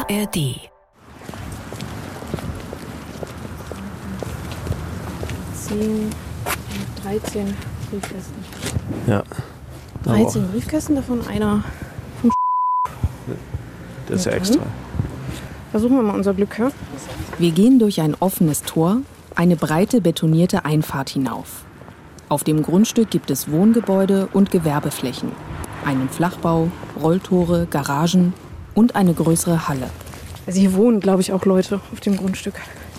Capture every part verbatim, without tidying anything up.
R D. zehn, dreizehn Briefkästen. Ja. dreizehn Briefkästen, davon einer vom Der ist ja extra. Versuchen wir mal unser Glück, ja? Wir gehen durch ein offenes Tor, eine breite betonierte Einfahrt hinauf. Auf dem Grundstück gibt es Wohngebäude und Gewerbeflächen, einen Flachbau, Rolltore, Garagen und eine größere Halle. Also hier wohnen, glaube ich, auch Leute auf dem Grundstück.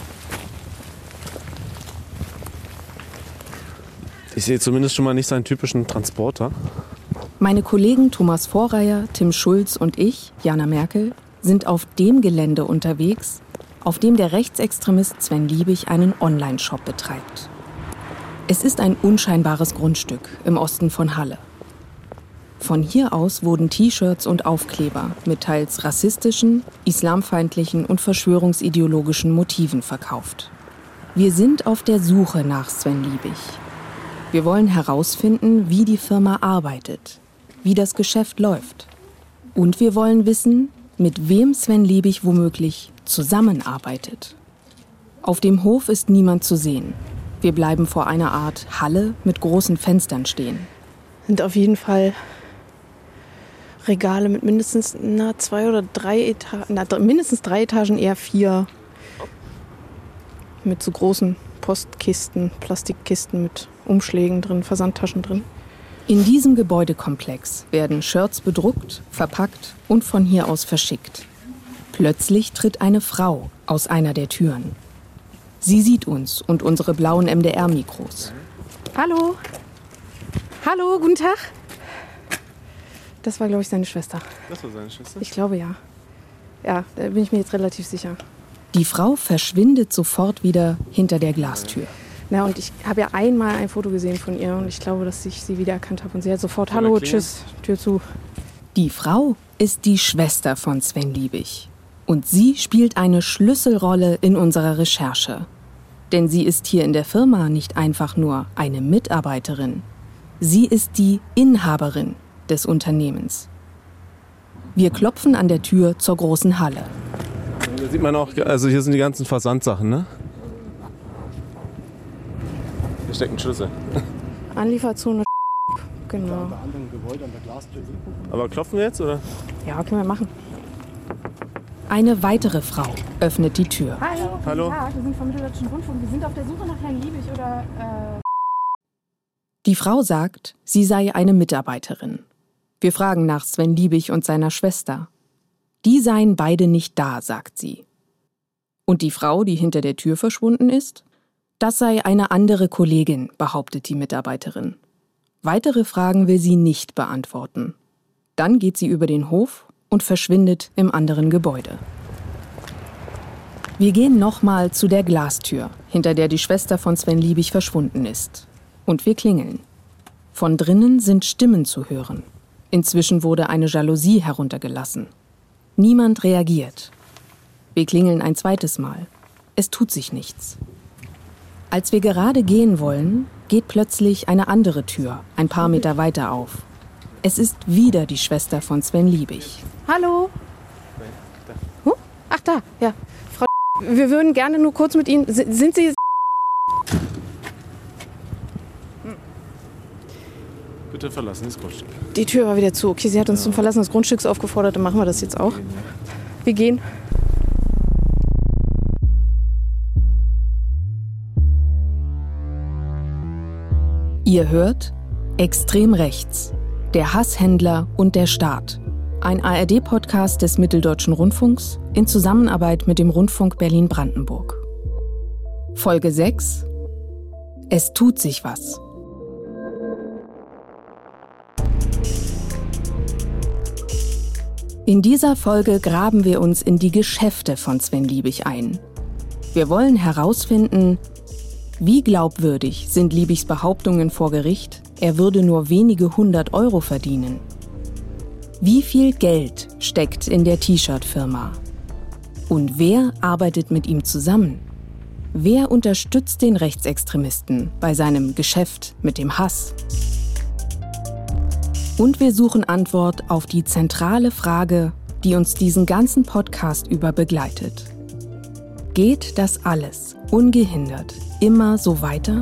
Ich sehe zumindest schon mal nicht seinen typischen Transporter. Meine Kollegen Thomas Vorreier, Tim Schulz und ich, Jana Merkel, sind auf dem Gelände unterwegs, auf dem der Rechtsextremist Sven Liebig einen Online-Shop betreibt. Es ist ein unscheinbares Grundstück im Osten von Halle. Von hier aus wurden T-Shirts und Aufkleber mit teils rassistischen, islamfeindlichen und verschwörungsideologischen Motiven verkauft. Wir sind auf der Suche nach Sven Liebig. Wir wollen herausfinden, wie die Firma arbeitet, wie das Geschäft läuft. Und wir wollen wissen, mit wem Sven Liebig womöglich zusammenarbeitet. Auf dem Hof ist niemand zu sehen. Wir bleiben vor einer Art Halle mit großen Fenstern stehen. Sind auf jeden Fall Regale mit mindestens na, zwei oder drei Etagen, na, mindestens drei Etagen, eher vier. Mit so großen Postkisten, Plastikkisten mit Umschlägen drin, Versandtaschen drin. In diesem Gebäudekomplex werden Shirts bedruckt, verpackt und von hier aus verschickt. Plötzlich tritt eine Frau aus einer der Türen. Sie sieht uns und unsere blauen M D R-Mikros. Hallo. Hallo, guten Tag. Das war, glaube ich, seine Schwester. Das war seine Schwester? Ich glaube, ja. Ja, da bin ich mir jetzt relativ sicher. Die Frau verschwindet sofort wieder hinter der Glastür. Na, und ich habe ja einmal ein Foto gesehen von ihr und ich glaube, dass ich sie wiedererkannt habe. Und sie hat sofort, hallo, tschüss, Tür zu. Die Frau ist die Schwester von Sven Liebig. Und sie spielt eine Schlüsselrolle in unserer Recherche. Denn sie ist hier in der Firma nicht einfach nur eine Mitarbeiterin. Sie ist die Inhaberin des Unternehmens. Wir klopfen an der Tür zur großen Halle. Hier sieht man auch, also hier sind die ganzen Versandsachen, ne? Hier steckt ein Schlüssel. Anlieferzone, genau. Aber klopfen wir jetzt, oder? Ja, können wir machen. Eine weitere Frau öffnet die Tür. Hallo. Hallo. Guten Tag, wir sind vom Mitteldeutschen Rundfunk. Wir sind auf der Suche nach Herrn Liebig oder... Äh Die Frau sagt, sie sei eine Mitarbeiterin. Wir fragen nach Sven Liebig und seiner Schwester. Die seien beide nicht da, sagt sie. Und die Frau, die hinter der Tür verschwunden ist? Das sei eine andere Kollegin, behauptet die Mitarbeiterin. Weitere Fragen will sie nicht beantworten. Dann geht sie über den Hof und verschwindet im anderen Gebäude. Wir gehen nochmal zu der Glastür, hinter der die Schwester von Sven Liebig verschwunden ist. Und wir klingeln. Von drinnen sind Stimmen zu hören. Inzwischen wurde eine Jalousie heruntergelassen. Niemand reagiert. Wir klingeln ein zweites Mal. Es tut sich nichts. Als wir gerade gehen wollen, geht plötzlich eine andere Tür ein paar Meter weiter auf. Es ist wieder die Schwester von Sven Liebig. Hallo. Huh? Ach, da, ja. Frau, wir würden gerne nur kurz mit Ihnen... Sind Sie... Bitte verlassen das Grundstück. Die Tür war wieder zu. Okay, sie hat uns ja. zum Verlassen des Grundstücks aufgefordert. Dann machen wir das jetzt auch. Wir gehen. Ihr hört Extrem rechts, der Hasshändler und der Staat. Ein A R D-Podcast des Mitteldeutschen Rundfunks in Zusammenarbeit mit dem Rundfunk Berlin-Brandenburg. Folge sechs. Es tut sich was. In dieser Folge graben wir uns in die Geschäfte von Sven Liebig ein. Wir wollen herausfinden, wie glaubwürdig sind Liebigs Behauptungen vor Gericht, er würde nur wenige hundert Euro verdienen. Wie viel Geld steckt in der T-Shirt-Firma? Und wer arbeitet mit ihm zusammen? Wer unterstützt den Rechtsextremisten bei seinem Geschäft mit dem Hass? Und wir suchen Antwort auf die zentrale Frage, die uns diesen ganzen Podcast über begleitet. Geht das alles ungehindert immer so weiter?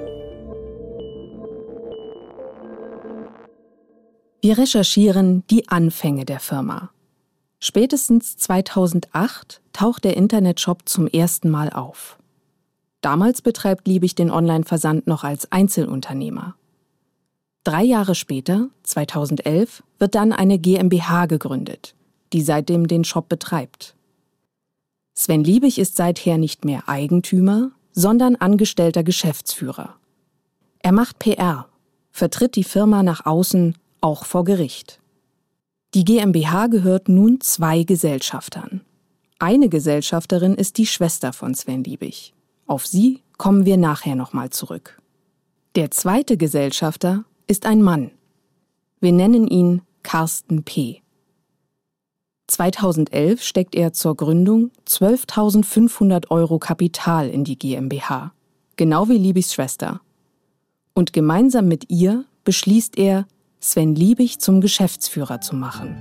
Wir recherchieren die Anfänge der Firma. Spätestens zweitausendacht taucht der Internetshop zum ersten Mal auf. Damals betreibt Liebig den Online-Versand noch als Einzelunternehmer. Drei Jahre später, zweitausendelf, wird dann eine GmbH gegründet, die seitdem den Shop betreibt. Sven Liebig ist seither nicht mehr Eigentümer, sondern angestellter Geschäftsführer. Er macht P R, vertritt die Firma nach außen, auch vor Gericht. Die GmbH gehört nun zwei Gesellschaftern. Eine Gesellschafterin ist die Schwester von Sven Liebig. Auf sie kommen wir nachher nochmal zurück. Der zweite Gesellschafter ist ein Mann. Wir nennen ihn Carsten P. zweitausendelf steckt er zur Gründung zwölftausendfünfhundert Euro Kapital in die GmbH, genau wie Liebigs Schwester. Und gemeinsam mit ihr beschließt er, Sven Liebig zum Geschäftsführer zu machen.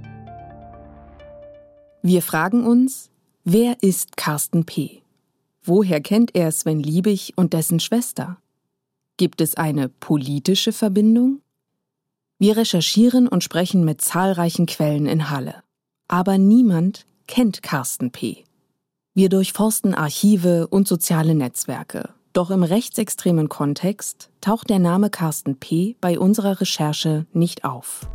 Wir fragen uns, wer ist Carsten P.? Woher kennt er Sven Liebig und dessen Schwester? Gibt es eine politische Verbindung? Wir recherchieren und sprechen mit zahlreichen Quellen in Halle. Aber niemand kennt Carsten P. Wir durchforsten Archive und soziale Netzwerke. Doch im rechtsextremen Kontext taucht der Name Carsten P. bei unserer Recherche nicht auf.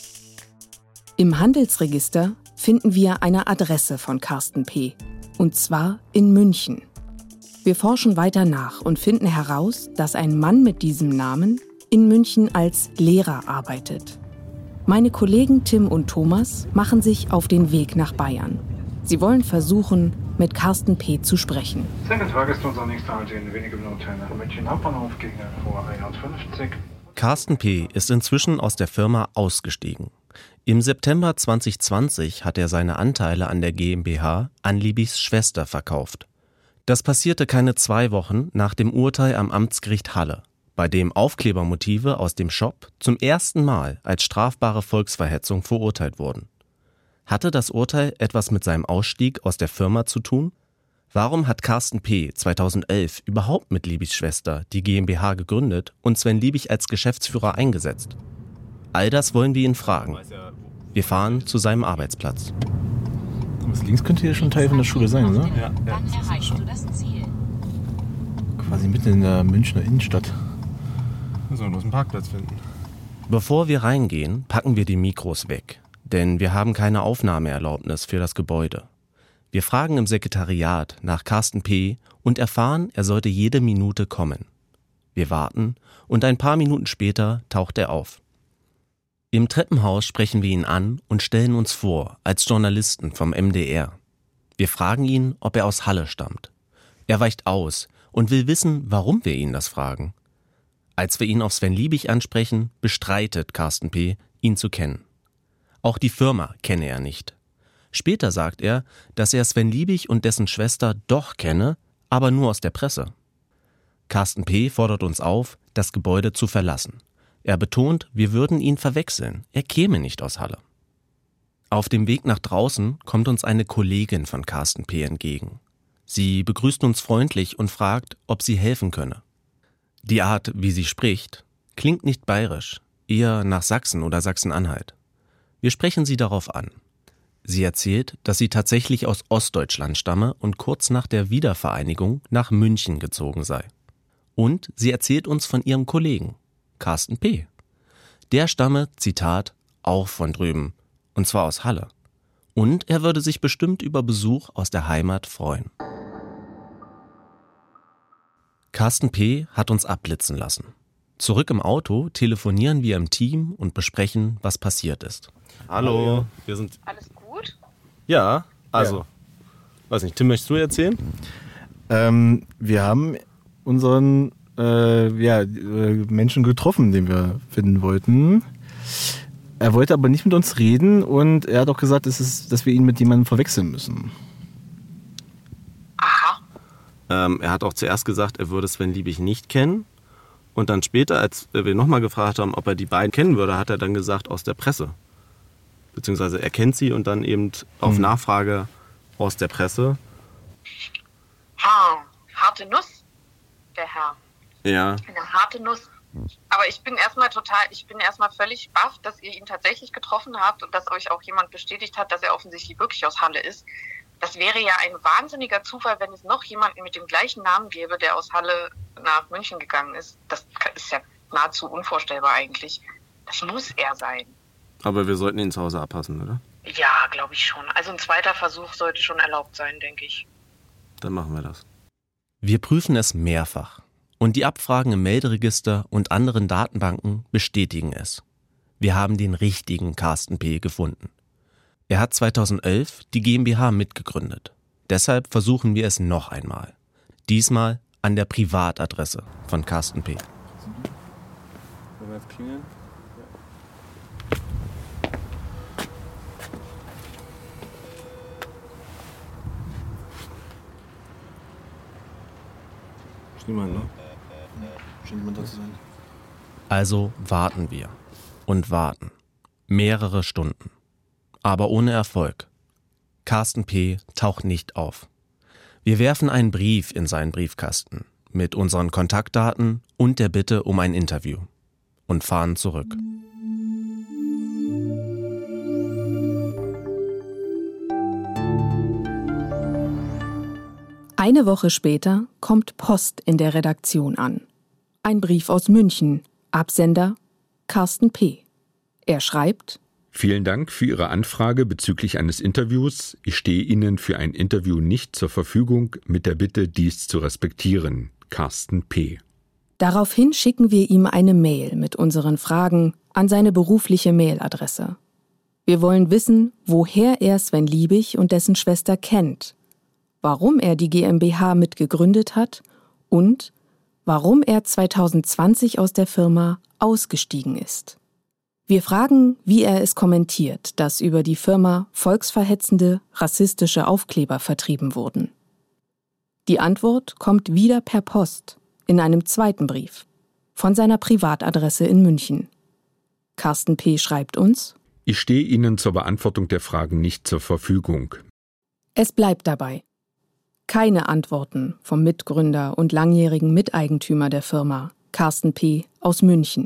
Im Handelsregister finden wir eine Adresse von Carsten P. Und zwar in München. Wir forschen weiter nach und finden heraus, dass ein Mann mit diesem Namen in München als Lehrer arbeitet. Meine Kollegen Tim und Thomas machen sich auf den Weg nach Bayern. Sie wollen versuchen, mit Carsten P. zu sprechen. Sehr geehrte Fahrgäste, unser nächster Halt in wenigen Minuten nach München Hauptbahnhof gegen Uhr einundfünfzig. Carsten P. ist inzwischen aus der Firma ausgestiegen. Im September zweitausendzwanzig hat er seine Anteile an der GmbH an Liebigs Schwester verkauft. Das passierte keine zwei Wochen nach dem Urteil am Amtsgericht Halle, bei dem Aufklebermotive aus dem Shop zum ersten Mal als strafbare Volksverhetzung verurteilt wurden. Hatte das Urteil etwas mit seinem Ausstieg aus der Firma zu tun? Warum hat Carsten P. zweitausendelf überhaupt mit Liebigs Schwester die GmbH gegründet und Sven Liebig als Geschäftsführer eingesetzt? All das wollen wir ihn fragen. Wir fahren zu seinem Arbeitsplatz. Was links könnte hier schon ein Teil von der Schule sein, ne? Ja, ja, das ist schon. Quasi mitten in der Münchner Innenstadt. Wir sollen bloß einen Parkplatz finden. Bevor wir reingehen, packen wir die Mikros weg. Denn wir haben keine Aufnahmeerlaubnis für das Gebäude. Wir fragen im Sekretariat nach Carsten P. und erfahren, er sollte jede Minute kommen. Wir warten und ein paar Minuten später taucht er auf. Im Treppenhaus sprechen wir ihn an und stellen uns vor als Journalisten vom M D R. Wir fragen ihn, ob er aus Halle stammt. Er weicht aus und will wissen, warum wir ihn das fragen. Als wir ihn auf Sven Liebig ansprechen, bestreitet Carsten P., ihn zu kennen. Auch die Firma kenne er nicht. Später sagt er, dass er Sven Liebig und dessen Schwester doch kenne, aber nur aus der Presse. Carsten P. fordert uns auf, das Gebäude zu verlassen. Er betont, wir würden ihn verwechseln, er käme nicht aus Halle. Auf dem Weg nach draußen kommt uns eine Kollegin von Carsten P. entgegen. Sie begrüßt uns freundlich und fragt, ob sie helfen könne. Die Art, wie sie spricht, klingt nicht bayerisch, eher nach Sachsen oder Sachsen-Anhalt. Wir sprechen sie darauf an. Sie erzählt, dass sie tatsächlich aus Ostdeutschland stamme und kurz nach der Wiedervereinigung nach München gezogen sei. Und sie erzählt uns von ihrem Kollegen, Carsten P. Der stamme, Zitat, auch von drüben, und zwar aus Halle. Und er würde sich bestimmt über Besuch aus der Heimat freuen. Carsten P. hat uns abblitzen lassen. Zurück im Auto telefonieren wir im Team und besprechen, was passiert ist. Hallo, wir sind... Alles gut? Ja, also, ja. Weiß nicht, Tim, möchtest du erzählen? Ähm, wir haben unseren äh, ja, Menschen getroffen, den wir finden wollten. Er wollte aber nicht mit uns reden und er hat auch gesagt, dass, es, dass wir ihn mit jemandem verwechseln müssen. Aha. Ähm, er hat auch zuerst gesagt, er würde Sven Liebig nicht kennen. Und dann später, als wir nochmal gefragt haben, ob er die beiden kennen würde, hat er dann gesagt, aus der Presse. beziehungsweise er kennt sie und dann eben auf Mhm. Nachfrage aus der Presse. Ha, harte Nuss, der Herr. Ja, Eine harte Nuss. Aber ich bin erstmal total, ich bin erstmal völlig baff, dass ihr ihn tatsächlich getroffen habt und dass euch auch jemand bestätigt hat, dass er offensichtlich wirklich aus Halle ist. Das wäre ja ein wahnsinniger Zufall, wenn es noch jemanden mit dem gleichen Namen gäbe, der aus Halle nach München gegangen ist. Das ist ja nahezu unvorstellbar eigentlich. Das muss er sein. aber wir sollten ihn zu Hause abpassen, oder? Ja, glaube ich schon. Also ein zweiter Versuch sollte schon erlaubt sein, denke ich. Dann machen wir das. Wir prüfen es mehrfach. Und die Abfragen im Melderegister und anderen Datenbanken bestätigen es. Wir haben den richtigen Carsten P. gefunden. Er hat zweitausendelf die GmbH mitgegründet. Deshalb versuchen wir es noch einmal. Diesmal an der Privatadresse von Carsten P. Wollen wir jetzt klingeln? Ist niemand, ne? Scheint niemand da zu sein. Also warten wir und warten. Mehrere Stunden. Aber ohne Erfolg. Carsten P. taucht nicht auf. Wir werfen einen Brief in seinen Briefkasten mit unseren Kontaktdaten und der Bitte um ein Interview und fahren zurück. Eine Woche später kommt Post in der Redaktion an. Ein Brief aus München. Absender Carsten P. Er schreibt: Vielen Dank für Ihre Anfrage bezüglich eines Interviews. Ich stehe Ihnen für ein Interview nicht zur Verfügung, mit der Bitte, dies zu respektieren. Carsten P. Daraufhin schicken wir ihm eine Mail mit unseren Fragen an seine berufliche Mailadresse. Wir wollen wissen, woher er Sven Liebig und dessen Schwester kennt, warum er die GmbH mitgegründet hat und warum er zweitausendzwanzig aus der Firma ausgestiegen ist. Wir fragen, wie er es kommentiert, dass über die Firma volksverhetzende, rassistische Aufkleber vertrieben wurden. Die Antwort kommt wieder per Post in einem zweiten Brief von seiner Privatadresse in München. Carsten P. schreibt uns: Ich stehe Ihnen zur Beantwortung der Fragen nicht zur Verfügung. Es bleibt dabei. Keine Antworten vom Mitgründer und langjährigen Miteigentümer der Firma, Carsten P. aus München.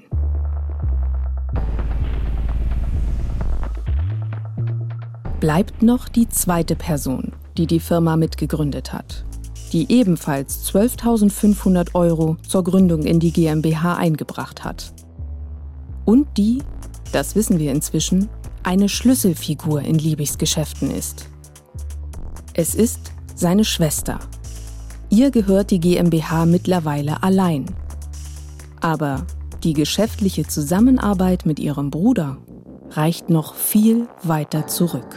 Bleibt noch die zweite Person, die die Firma mitgegründet hat, die ebenfalls zwölftausendfünfhundert Euro zur Gründung in die GmbH eingebracht hat. Und die, das wissen wir inzwischen, eine Schlüsselfigur in Liebigs Geschäften ist. Es ist seine Schwester. Ihr gehört die GmbH mittlerweile allein. Aber die geschäftliche Zusammenarbeit mit ihrem Bruder reicht noch viel weiter zurück.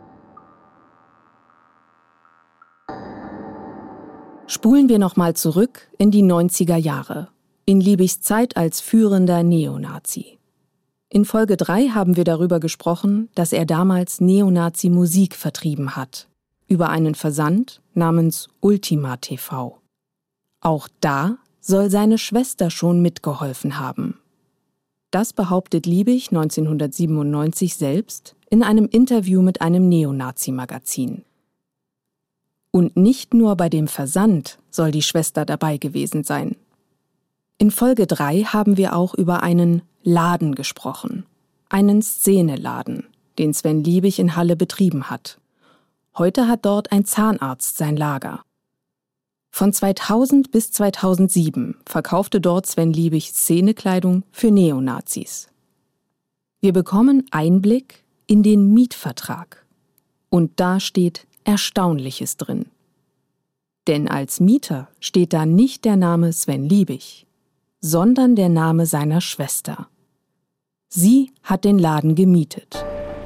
Spulen wir nochmal zurück in die neunziger Jahre, in Liebigs Zeit als führender Neonazi. In Folge drei haben wir darüber gesprochen, dass er damals Neonazi-Musik vertrieben hat, über einen Versand namens Ultima T V. Auch da soll seine Schwester schon mitgeholfen haben. Das behauptet Liebig neunzehnhundertsiebenundneunzig selbst in einem Interview mit einem Neonazi-Magazin. Und nicht nur bei dem Versand soll die Schwester dabei gewesen sein. In Folge drei haben wir auch über einen Laden gesprochen, einen Szeneladen, den Sven Liebig in Halle betrieben hat. Heute hat dort ein Zahnarzt sein Lager. Von zweitausend bis zweitausendsieben verkaufte dort Sven Liebig Szenekleidung für Neonazis. Wir bekommen Einblick in den Mietvertrag. Und da steht Erstaunliches drin. Denn als Mieter steht da nicht der Name Sven Liebig, sondern der Name seiner Schwester. Sie hat den Laden gemietet.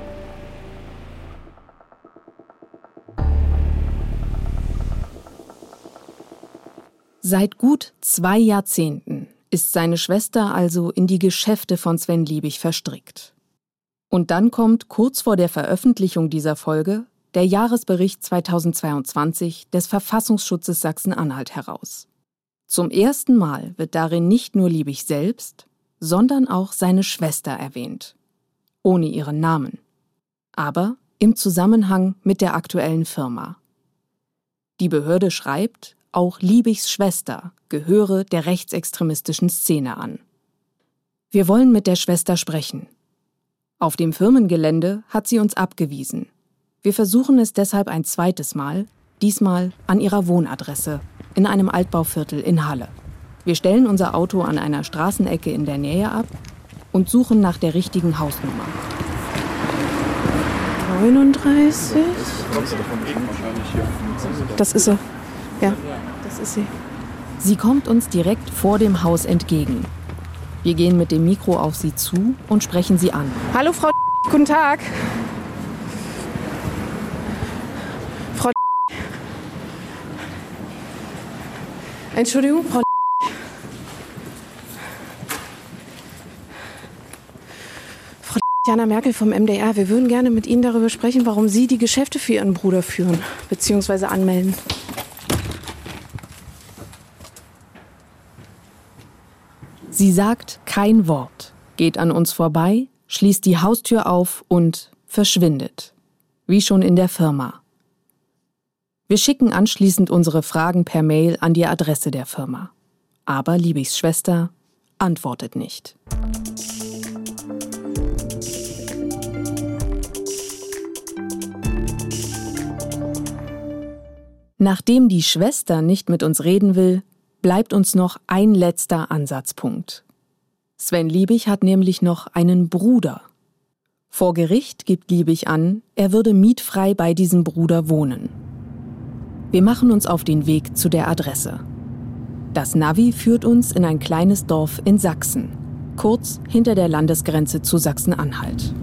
Seit gut zwei Jahrzehnten ist seine Schwester also in die Geschäfte von Sven Liebig verstrickt. Und dann kommt kurz vor der Veröffentlichung dieser Folge der Jahresbericht zweitausendzweiundzwanzig des Verfassungsschutzes Sachsen-Anhalt heraus. Zum ersten Mal wird darin nicht nur Liebig selbst, sondern auch seine Schwester erwähnt. Ohne ihren Namen. aber im Zusammenhang mit der aktuellen Firma. Die Behörde schreibt, auch Liebigs Schwester gehöre der rechtsextremistischen Szene an. Wir wollen mit der Schwester sprechen. Auf dem Firmengelände hat sie uns abgewiesen. Wir versuchen es deshalb ein zweites Mal, diesmal an ihrer Wohnadresse, in einem Altbauviertel in Halle. Wir stellen unser Auto an einer Straßenecke in der Nähe ab und suchen nach der richtigen Hausnummer. neununddreißig. Das ist sie. Ja, das ist sie. Sie kommt uns direkt vor dem Haus entgegen. Wir gehen mit dem Mikro auf sie zu und sprechen sie an. Hallo Frau, guten Tag. Frau, Entschuldigung, Frau, Frau Jana Merkel vom M D R. Wir würden gerne mit Ihnen darüber sprechen, warum Sie die Geschäfte für Ihren Bruder führen bzw. anmelden. Sie sagt kein Wort, geht an uns vorbei, schließt die Haustür auf und verschwindet. Wie schon in der Firma. Wir schicken anschließend unsere Fragen per Mail an die Adresse der Firma. Aber Liebigs Schwester antwortet nicht. Nachdem die Schwester nicht mit uns reden will, bleibt uns noch ein letzter Ansatzpunkt. Sven Liebig hat nämlich noch einen Bruder. Vor Gericht gibt Liebig an, er würde mietfrei bei diesem Bruder wohnen. Wir machen uns auf den Weg zu der Adresse. Das Navi führt uns in ein kleines Dorf in Sachsen, kurz hinter der Landesgrenze zu Sachsen-Anhalt.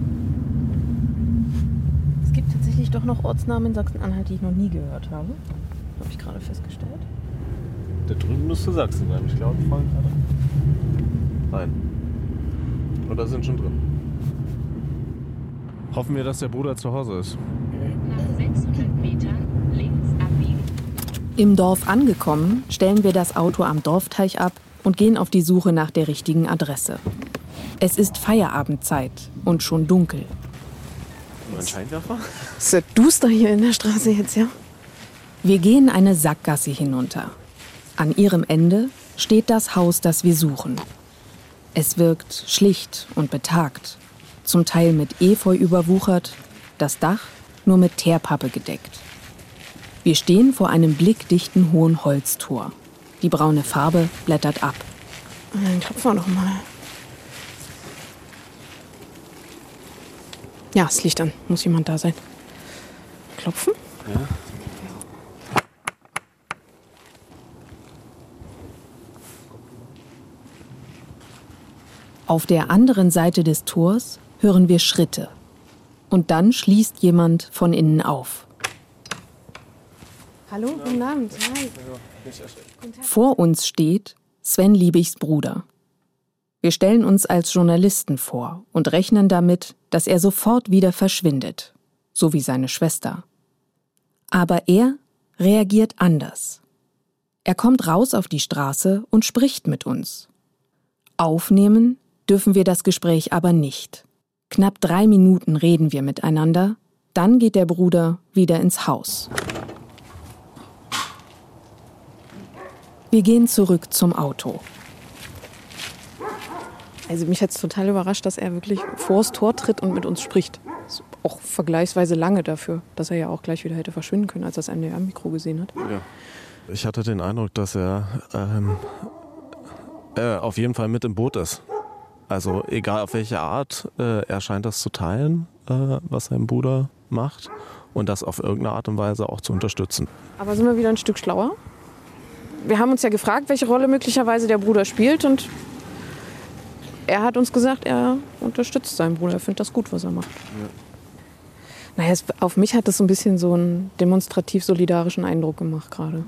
Es gibt tatsächlich doch noch Ortsnamen in Sachsen-Anhalt, die ich noch nie gehört habe. Habe ich gerade festgestellt. Da drüben müsste Sachsen sein, ich glaube. Nein. Oder sind schon drin? Hoffen wir, dass der Bruder zu Hause ist. Nach sechshundert Metern links abbiegen. Im Dorf angekommen, stellen wir das Auto am Dorfteich ab und gehen auf die Suche nach der richtigen Adresse. Es ist Feierabendzeit und schon dunkel. Ein Scheinwerfer? Ist ja duster hier in der Straße jetzt, ja? Wir gehen eine Sackgasse hinunter. An ihrem Ende steht das Haus, das wir suchen. Es wirkt schlicht und betagt, zum Teil mit Efeu überwuchert, das Dach nur mit Teerpappe gedeckt. Wir stehen vor einem blickdichten hohen Holztor. Die braune Farbe blättert ab. Dann klopfen wir noch mal. Ja, es liegt an. Muss jemand da sein. Klopfen? Ja. Auf der anderen Seite des Tors hören wir Schritte. Und dann schließt jemand von innen auf. Hallo, guten Abend. Hi. Vor uns steht Sven Liebigs Bruder. Wir stellen uns als Journalisten vor und rechnen damit, dass er sofort wieder verschwindet, so wie seine Schwester. Aber er reagiert anders. Er kommt raus auf die Straße und spricht mit uns. Aufnehmen dürfen wir das Gespräch aber nicht. Knapp drei Minuten reden wir miteinander, dann geht der Bruder wieder ins Haus. Wir gehen zurück zum Auto. Also mich hat es total überrascht, dass er wirklich vors Tor tritt und mit uns spricht. Das ist auch vergleichsweise lange dafür, dass er ja auch gleich wieder hätte verschwinden können, als er das M D R-Mikro gesehen hat. Ja. Ich hatte den Eindruck, dass er ähm, äh, auf jeden Fall mit im Boot ist. Also egal auf welche Art, äh, er scheint das zu teilen, äh, was sein Bruder macht und das auf irgendeine Art und Weise auch zu unterstützen. Aber sind wir wieder ein Stück schlauer? Wir haben uns ja gefragt, welche Rolle möglicherweise der Bruder spielt und er hat uns gesagt, er unterstützt seinen Bruder, er findet das gut, was er macht. Ja. Naja, es, auf mich hat das so ein bisschen so einen demonstrativ solidarischen Eindruck gemacht gerade.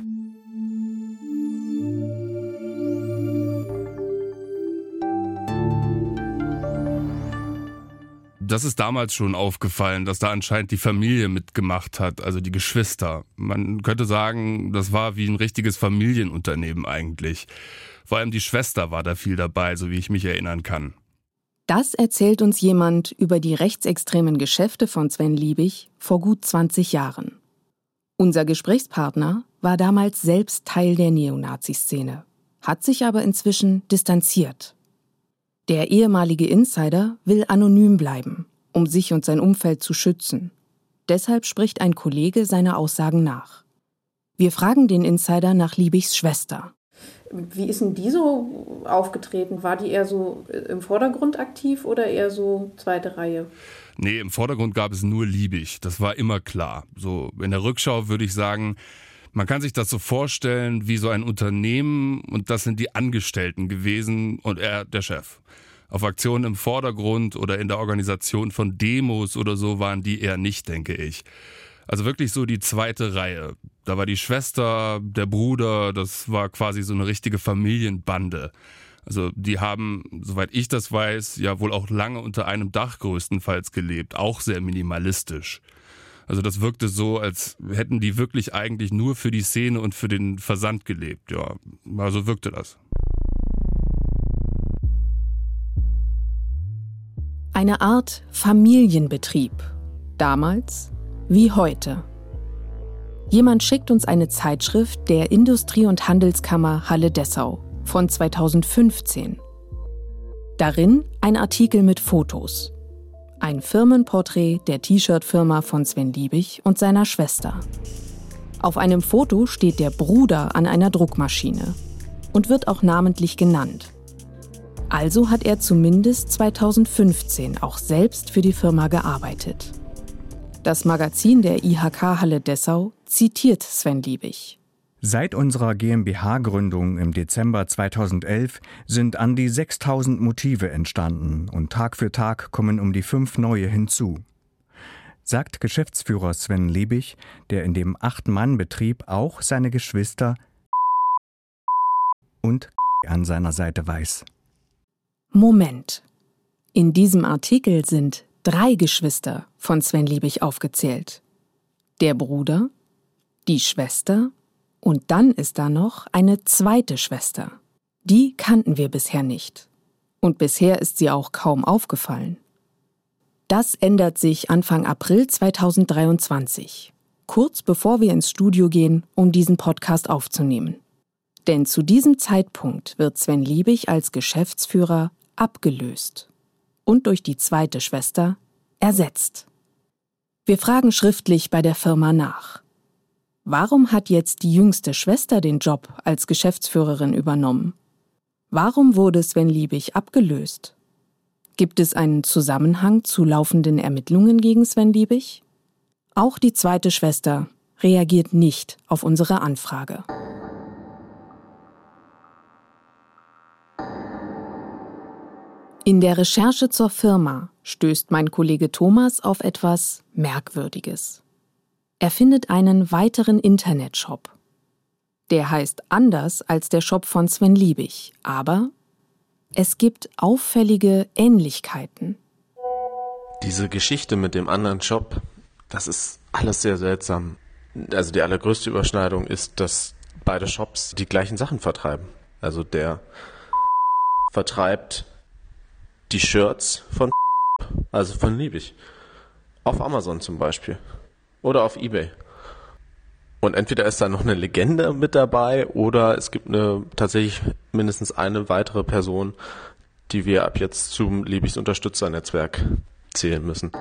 Das ist damals schon aufgefallen, dass da anscheinend die Familie mitgemacht hat, also die Geschwister. Man könnte sagen, das war wie ein richtiges Familienunternehmen eigentlich. Vor allem die Schwester war da viel dabei, so wie ich mich erinnern kann. Das erzählt uns jemand über die rechtsextremen Geschäfte von Sven Liebig vor gut zwanzig Jahren. Unser Gesprächspartner war damals selbst Teil der Neonazi-Szene, hat sich aber inzwischen distanziert. Der ehemalige Insider will anonym bleiben, um sich und sein Umfeld zu schützen. Deshalb spricht ein Kollege seine Aussagen nach. Wir fragen den Insider nach Liebigs Schwester. Wie ist denn die so aufgetreten? War die eher so im Vordergrund aktiv oder eher so zweite Reihe? Nee, im Vordergrund gab es nur Liebig. Das war immer klar. So in der Rückschau würde ich sagen, man kann sich das so vorstellen wie so ein Unternehmen und das sind die Angestellten gewesen und er der Chef. Auf Aktionen im Vordergrund oder in der Organisation von Demos oder so waren die eher nicht, denke ich. Also wirklich so die zweite Reihe. Da war die Schwester, der Bruder, das war quasi so eine richtige Familienbande. Also die haben, soweit ich das weiß, ja wohl auch lange unter einem Dach größtenteils gelebt, auch sehr minimalistisch. Also das wirkte so, als hätten die wirklich eigentlich nur für die Szene und für den Versand gelebt. Ja, also wirkte das. Eine Art Familienbetrieb. Damals wie heute. Jemand schickt uns eine Zeitschrift der Industrie- und Handelskammer Halle-Dessau von zweitausendfünfzehn. Darin ein Artikel mit Fotos. Ein Firmenporträt der T-Shirt-Firma von Sven Liebig und seiner Schwester. Auf einem Foto steht der Bruder an einer Druckmaschine und wird auch namentlich genannt. Also hat er zumindest zweitausendfünfzehn auch selbst für die Firma gearbeitet. Das Magazin der I H K Halle Dessau zitiert Sven Liebig. Seit unserer GmbH-Gründung im Dezember zweitausendelf sind an die sechstausend Motive entstanden und Tag für Tag kommen um die fünf neue hinzu. Sagt Geschäftsführer Sven Liebig, der in dem Acht-Mann-Betrieb auch seine Geschwister und an seiner Seite weiß. Moment. In diesem Artikel sind drei Geschwister von Sven Liebig aufgezählt. Der Bruder, die Schwester und dann ist da noch eine zweite Schwester. Die kannten wir bisher nicht. Und bisher ist sie auch kaum aufgefallen. Das ändert sich Anfang April zweitausenddreiundzwanzig, kurz bevor wir ins Studio gehen, um diesen Podcast aufzunehmen. Denn zu diesem Zeitpunkt wird Sven Liebig als Geschäftsführer abgelöst und durch die zweite Schwester ersetzt. Wir fragen schriftlich bei der Firma nach. Warum hat jetzt die jüngste Schwester den Job als Geschäftsführerin übernommen? Warum wurde Sven Liebig abgelöst? Gibt es einen Zusammenhang zu laufenden Ermittlungen gegen Sven Liebig? Auch die zweite Schwester reagiert nicht auf unsere Anfrage. In der Recherche zur Firma stößt mein Kollege Thomas auf etwas Merkwürdiges. Er findet einen weiteren Internetshop. Der heißt anders als der Shop von Sven Liebig, aber es gibt auffällige Ähnlichkeiten. Diese Geschichte mit dem anderen Shop, das ist alles sehr seltsam. Also die allergrößte Überschneidung ist, dass beide Shops die gleichen Sachen vertreiben. Also der vertreibt die Shirts von also von Liebig. Auf Amazon zum Beispiel. Oder auf eBay. Und entweder ist da noch eine Legende mit dabei oder es gibt eine tatsächlich mindestens eine weitere Person, die wir ab jetzt zum Liebigs Unterstützernetzwerk zählen müssen.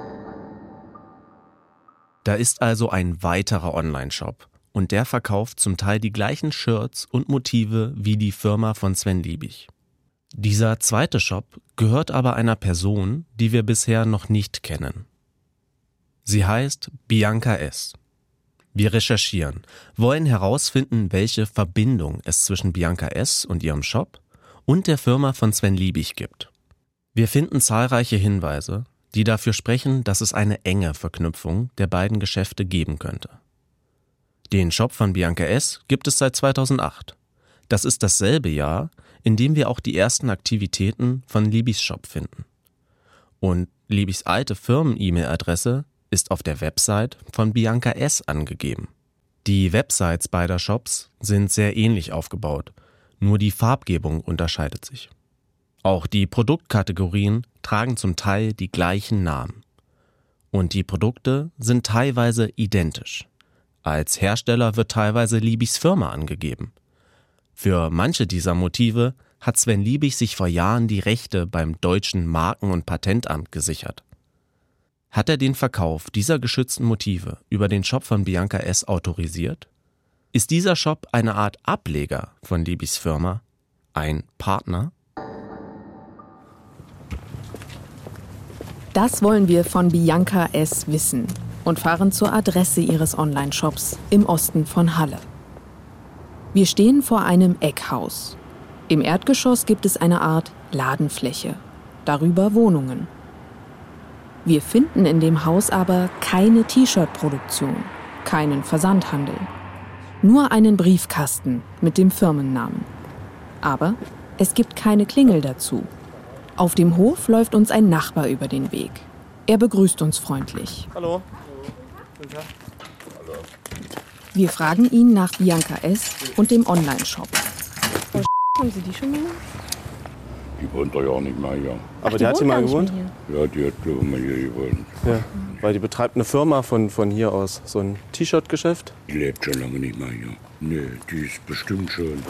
Da ist also ein weiterer Online-Shop und der verkauft zum Teil die gleichen Shirts und Motive wie die Firma von Sven Liebig. Dieser zweite Shop gehört aber einer Person, die wir bisher noch nicht kennen. Sie heißt Bianca S. Wir recherchieren, wollen herausfinden, welche Verbindung es zwischen Bianca S. und ihrem Shop und der Firma von Sven Liebig gibt. Wir finden zahlreiche Hinweise, die dafür sprechen, dass es eine enge Verknüpfung der beiden Geschäfte geben könnte. Den Shop von Bianca S. gibt es seit zweitausendacht. Das ist dasselbe Jahr, in dem wir auch die ersten Aktivitäten von Liebigs Shop finden. Und Liebigs alte Firmen-E-Mail-Adresse ist auf der Website von Bianca S. angegeben. Die Websites beider Shops sind sehr ähnlich aufgebaut, nur die Farbgebung unterscheidet sich. Auch die Produktkategorien tragen zum Teil die gleichen Namen. Und die Produkte sind teilweise identisch. Als Hersteller wird teilweise Liebigs Firma angegeben. Für manche dieser Motive hat Sven Liebig sich vor Jahren die Rechte beim deutschen Marken- und Patentamt gesichert. Hat er den Verkauf dieser geschützten Motive über den Shop von Bianca S. autorisiert? Ist dieser Shop eine Art Ableger von Liebigs Firma? Ein Partner? Das wollen wir von Bianca S. wissen und fahren zur Adresse ihres Online-Shops im Osten von Halle. Wir stehen vor einem Eckhaus. Im Erdgeschoss gibt es eine Art Ladenfläche, darüber Wohnungen. Wir finden in dem Haus aber keine T-Shirt-Produktion, keinen Versandhandel. Nur einen Briefkasten mit dem Firmennamen. Aber es gibt keine Klingel dazu. Auf dem Hof läuft uns ein Nachbar über den Weg. Er begrüßt uns freundlich. Hallo. Guten Tag. Hallo. Wir fragen ihn nach Bianca S. und dem Online-Shop. Frau haben Sie die schon mal? Die wohnt doch ja auch nicht mal hier. Aber Ach, die, die hat hier mal gewohnt? Ja, die hat glaube ich mal hier gewohnt. Ja, weil die betreibt eine Firma von, von hier aus, so ein T-Shirt-Geschäft. Die lebt schon lange nicht mehr hier. Nee, die ist bestimmt schon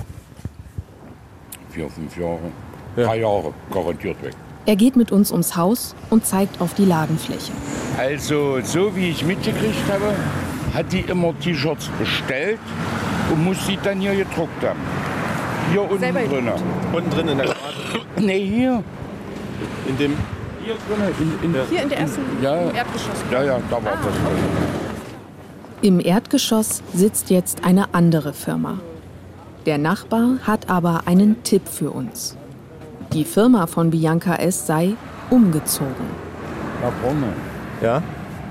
vier, fünf Jahre. Ja. Drei Jahre, garantiert weg. Er geht mit uns ums Haus und zeigt auf die Ladenfläche. Also, so wie ich mitgekriegt habe, hat die immer T-Shirts bestellt und muss sie dann hier gedruckt haben. Hier unten drin. Unten drin in der Garage? Nee, hier. In dem? Hier drin. In, in, ja. Hier in der ersten in, ja, im Erdgeschoss. Ja, ja, da war ah, das drin. Im Erdgeschoss sitzt jetzt eine andere Firma. Der Nachbar hat aber einen Tipp für uns. Die Firma von Bianca S. sei umgezogen. Da vorne. Ja?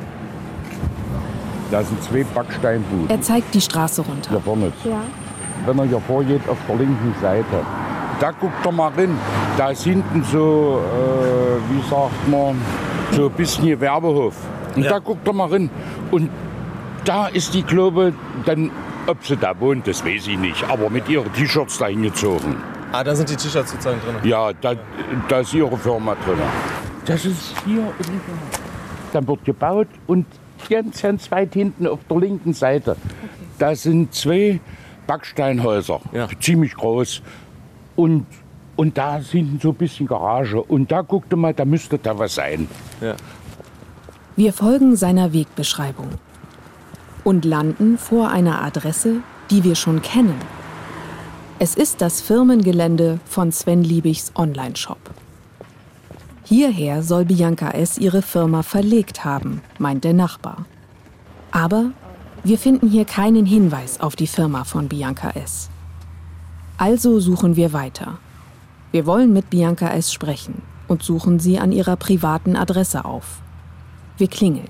Da sind zwei Backsteinbuden. Er zeigt die Straße runter. Hier vorne. Ja. Wenn er hier vorgeht, auf der linken Seite. Da guckt er mal rein. Da ist hinten so, äh, wie sagt man, so ein bisschen Gewerbehof. Und ja. Da guckt er mal rein. Und da ist die Glaube, dann, ob sie da wohnt, das weiß ich nicht. Aber mit ihren T-Shirts da hingezogen. Ah, da sind die T-Shirts sozusagen drin? Ja, da, da ist ihre Firma drin. Das ist hier. Dann wird gebaut und ganz, ganz weit hinten auf der linken Seite. Okay. Da sind zwei Backsteinhäuser, ja. Ziemlich groß. Und, und da ist hinten so ein bisschen Garage. Und da guckte mal, da müsste da was sein. Ja. Wir folgen seiner Wegbeschreibung und landen vor einer Adresse, die wir schon kennen. Es ist das Firmengelände von Sven Liebigs Online-Shop. Hierher soll Bianca S. ihre Firma verlegt haben, meint der Nachbar. Aber wir finden hier keinen Hinweis auf die Firma von Bianca S. Also suchen wir weiter. Wir wollen mit Bianca S. sprechen und suchen sie an ihrer privaten Adresse auf. Wir klingeln.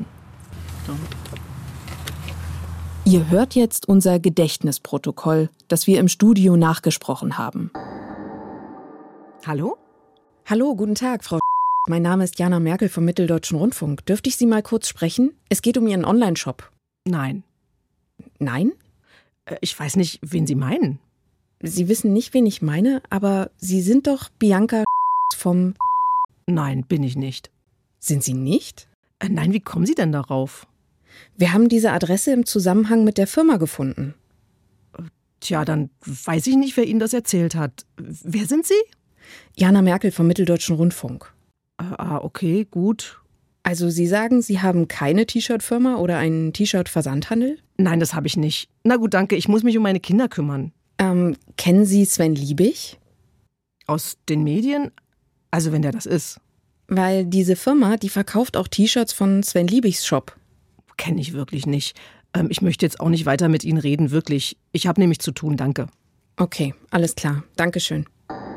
Ihr hört jetzt unser Gedächtnisprotokoll, das wir im Studio nachgesprochen haben. Hallo? Hallo, guten Tag, Frau. Mein Name ist Jana Merkel vom Mitteldeutschen Rundfunk. Dürfte ich Sie mal kurz sprechen? Es geht um Ihren Online-Shop. Nein. Nein? Ich weiß nicht, wen Sie meinen. Sie wissen nicht, wen ich meine, aber Sie sind doch Bianca vom... Nein, bin ich nicht. Sind Sie nicht? Äh, nein, wie kommen Sie denn darauf? Wir haben diese Adresse im Zusammenhang mit der Firma gefunden. Tja, dann weiß ich nicht, wer Ihnen das erzählt hat. Wer sind Sie? Jana Merkel vom Mitteldeutschen Rundfunk. Ah, okay, gut. Also Sie sagen, Sie haben keine T-Shirt-Firma oder einen T-Shirt-Versandhandel? Nein, das habe ich nicht. Na gut, danke, ich muss mich um meine Kinder kümmern. Ähm, kennen Sie Sven Liebig? Aus den Medien? Also wenn der das ist. Weil diese Firma, die verkauft auch T-Shirts von Sven Liebigs Shop. Kenne ich wirklich nicht. Ähm, ich möchte jetzt auch nicht weiter mit Ihnen reden, wirklich. Ich habe nämlich zu tun, danke. Okay, alles klar. Dankeschön.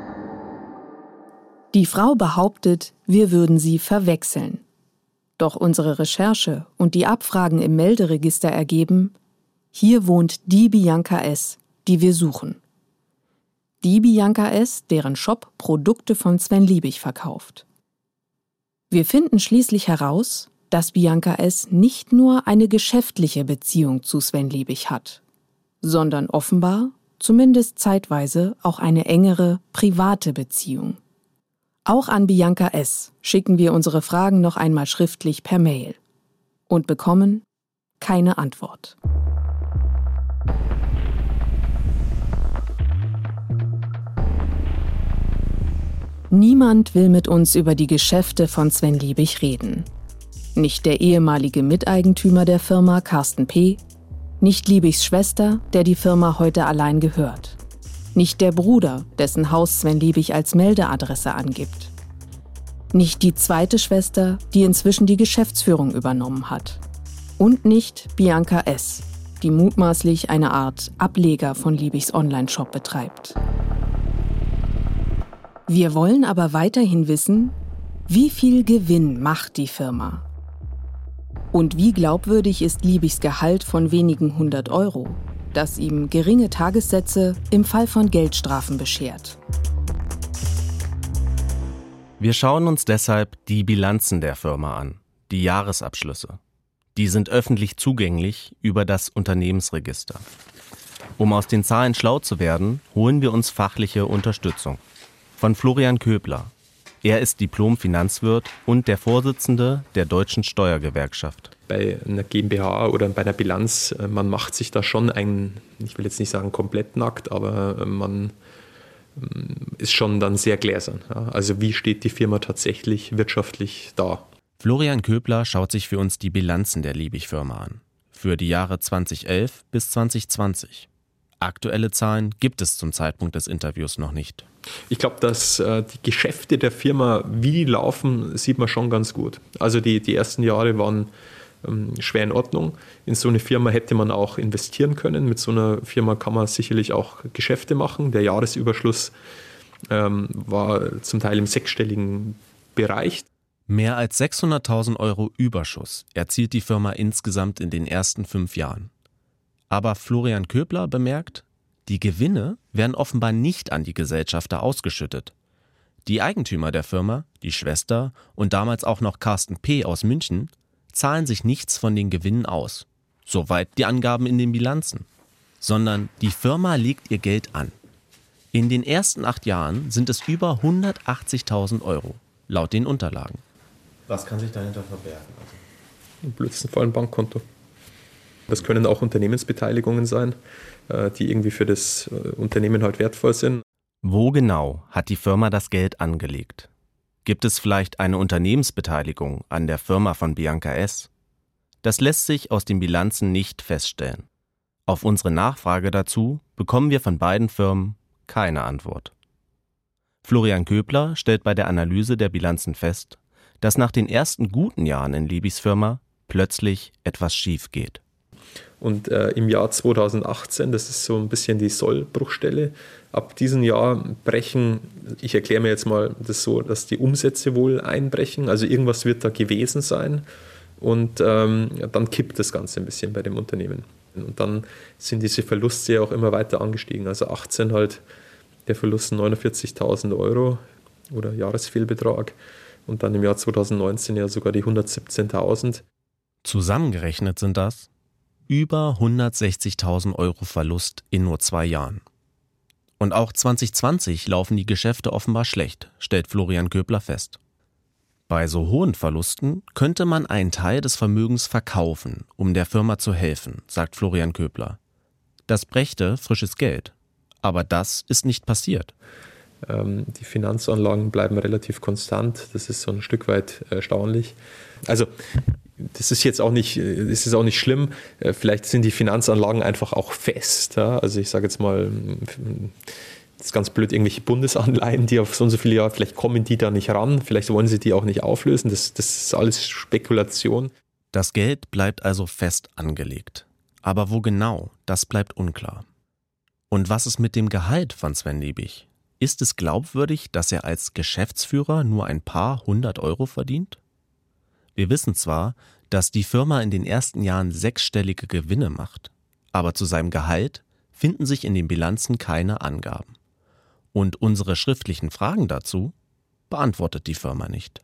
Die Frau behauptet, wir würden sie verwechseln. Doch unsere Recherche und die Abfragen im Melderegister ergeben, hier wohnt die Bianca S., die wir suchen. Die Bianca S., deren Shop Produkte von Sven Liebig verkauft. Wir finden schließlich heraus, dass Bianca S. nicht nur eine geschäftliche Beziehung zu Sven Liebig hat, sondern offenbar, zumindest zeitweise, auch eine engere private Beziehung. Auch an Bianca S. schicken wir unsere Fragen noch einmal schriftlich per Mail und bekommen keine Antwort. Niemand will mit uns über die Geschäfte von Sven Liebig reden. Nicht der ehemalige Miteigentümer der Firma, Carsten P., nicht Liebigs Schwester, der die Firma heute allein gehört. Nicht der Bruder, dessen Haus Sven Liebig als Meldeadresse angibt. Nicht die zweite Schwester, die inzwischen die Geschäftsführung übernommen hat. Und nicht Bianca S., die mutmaßlich eine Art Ableger von Liebigs Onlineshop betreibt. Wir wollen aber weiterhin wissen, wie viel Gewinn macht die Firma? Und wie glaubwürdig ist Liebigs Gehalt von wenigen hundert Euro, das ihm geringe Tagessätze im Fall von Geldstrafen beschert? Wir schauen uns deshalb die Bilanzen der Firma an, die Jahresabschlüsse. Die sind öffentlich zugänglich über das Unternehmensregister. Um aus den Zahlen schlau zu werden, holen wir uns fachliche Unterstützung. Von Florian Köbler. Er ist Diplom-Finanzwirt und der Vorsitzende der Deutschen Steuergewerkschaft. Bei einer GmbH oder bei einer Bilanz, man macht sich da schon ein, ich will jetzt nicht sagen komplett nackt, aber man ist schon dann sehr gläsern. Also wie steht die Firma tatsächlich wirtschaftlich da? Florian Köbler schaut sich für uns die Bilanzen der Liebig-Firma an. Für die Jahre zweitausendelf bis zwanzig zwanzig. Aktuelle Zahlen gibt es zum Zeitpunkt des Interviews noch nicht. Ich glaube, dass äh, die Geschäfte der Firma, wie die laufen, sieht man schon ganz gut. Also die, die ersten Jahre waren ähm, schwer in Ordnung. In so eine Firma hätte man auch investieren können. Mit so einer Firma kann man sicherlich auch Geschäfte machen. Der Jahresüberschluss ähm, war zum Teil im sechsstelligen Bereich. Mehr als sechshunderttausend Euro Überschuss erzielt die Firma insgesamt in den ersten fünf Jahren. Aber Florian Köbler bemerkt, die Gewinne werden offenbar nicht an die Gesellschafter ausgeschüttet. Die Eigentümer der Firma, die Schwester und damals auch noch Carsten P. aus München, zahlen sich nichts von den Gewinnen aus. Soweit die Angaben in den Bilanzen. Sondern die Firma legt ihr Geld an. In den ersten acht Jahren sind es über hundertachtzigtausend Euro, laut den Unterlagen. Was kann sich dahinter verbergen? Im blödsten Fall ein Bankkonto. Das können auch Unternehmensbeteiligungen sein, die irgendwie für das Unternehmen halt wertvoll sind. Wo genau hat die Firma das Geld angelegt? Gibt es vielleicht eine Unternehmensbeteiligung an der Firma von Bianca S.? Das lässt sich aus den Bilanzen nicht feststellen. Auf unsere Nachfrage dazu bekommen wir von beiden Firmen keine Antwort. Florian Köbler stellt bei der Analyse der Bilanzen fest, dass nach den ersten guten Jahren in Liebigs Firma plötzlich etwas schief geht. Und äh, im Jahr zweitausendachtzehn, das ist so ein bisschen die Sollbruchstelle, ab diesem Jahr brechen, ich erkläre mir jetzt mal das so, dass die Umsätze wohl einbrechen, also irgendwas wird da gewesen sein und ähm, dann kippt das Ganze ein bisschen bei dem Unternehmen. Und dann sind diese Verluste ja auch immer weiter angestiegen, also achtzehn halt der Verlust neunundvierzigtausend Euro oder Jahresfehlbetrag und dann im Jahr zweitausendneunzehn ja sogar die hundertsiebzehntausend. Zusammengerechnet sind das über hundertsechzigtausend Euro Verlust in nur zwei Jahren. Und auch zwanzig zwanzig laufen die Geschäfte offenbar schlecht, stellt Florian Köbler fest. Bei so hohen Verlusten könnte man einen Teil des Vermögens verkaufen, um der Firma zu helfen, sagt Florian Köbler. Das brächte frisches Geld. Aber das ist nicht passiert. Ähm, die Finanzanlagen bleiben relativ konstant. Das ist so ein Stück weit erstaunlich. Also das ist jetzt auch nicht, das ist auch nicht schlimm. Vielleicht sind die Finanzanlagen einfach auch fest. Ja? Also ich sage jetzt mal, das ist ganz blöd, irgendwelche Bundesanleihen, die auf so und so viele Jahre, vielleicht kommen die da nicht ran, vielleicht wollen sie die auch nicht auflösen. Das, das ist alles Spekulation. Das Geld bleibt also fest angelegt. Aber wo genau, das bleibt unklar. Und was ist mit dem Gehalt von Sven Liebig? Ist es glaubwürdig, dass er als Geschäftsführer nur ein paar hundert Euro verdient? Wir wissen zwar, dass die Firma in den ersten Jahren sechsstellige Gewinne macht, aber zu seinem Gehalt finden sich in den Bilanzen keine Angaben. Und unsere schriftlichen Fragen dazu beantwortet die Firma nicht.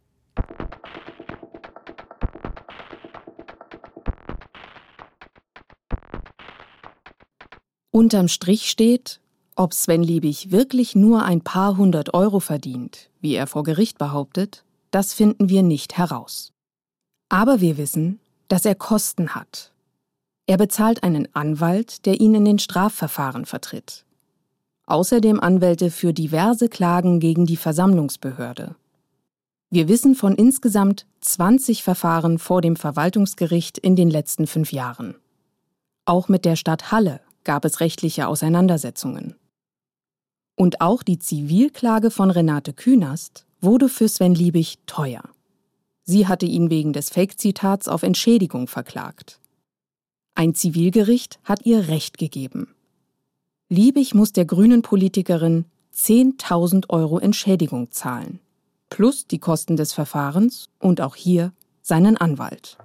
Unterm Strich steht, Ob Sven Liebig wirklich nur ein paar hundert Euro verdient, wie er vor Gericht behauptet, das finden wir nicht heraus. Aber wir wissen, dass er Kosten hat. Er bezahlt einen Anwalt, der ihn in den Strafverfahren vertritt. Außerdem Anwälte für diverse Klagen gegen die Versammlungsbehörde. Wir wissen von insgesamt zwanzig Verfahren vor dem Verwaltungsgericht in den letzten fünf Jahren. Auch mit der Stadt Halle gab es rechtliche Auseinandersetzungen. Und auch die Zivilklage von Renate Künast wurde für Sven Liebig teuer. Sie hatte ihn wegen des Fake-Zitats auf Entschädigung verklagt. Ein Zivilgericht hat ihr Recht gegeben. Liebig muss der Grünen-Politikerin zehntausend Euro Entschädigung zahlen, plus die Kosten des Verfahrens und auch hier seinen Anwalt.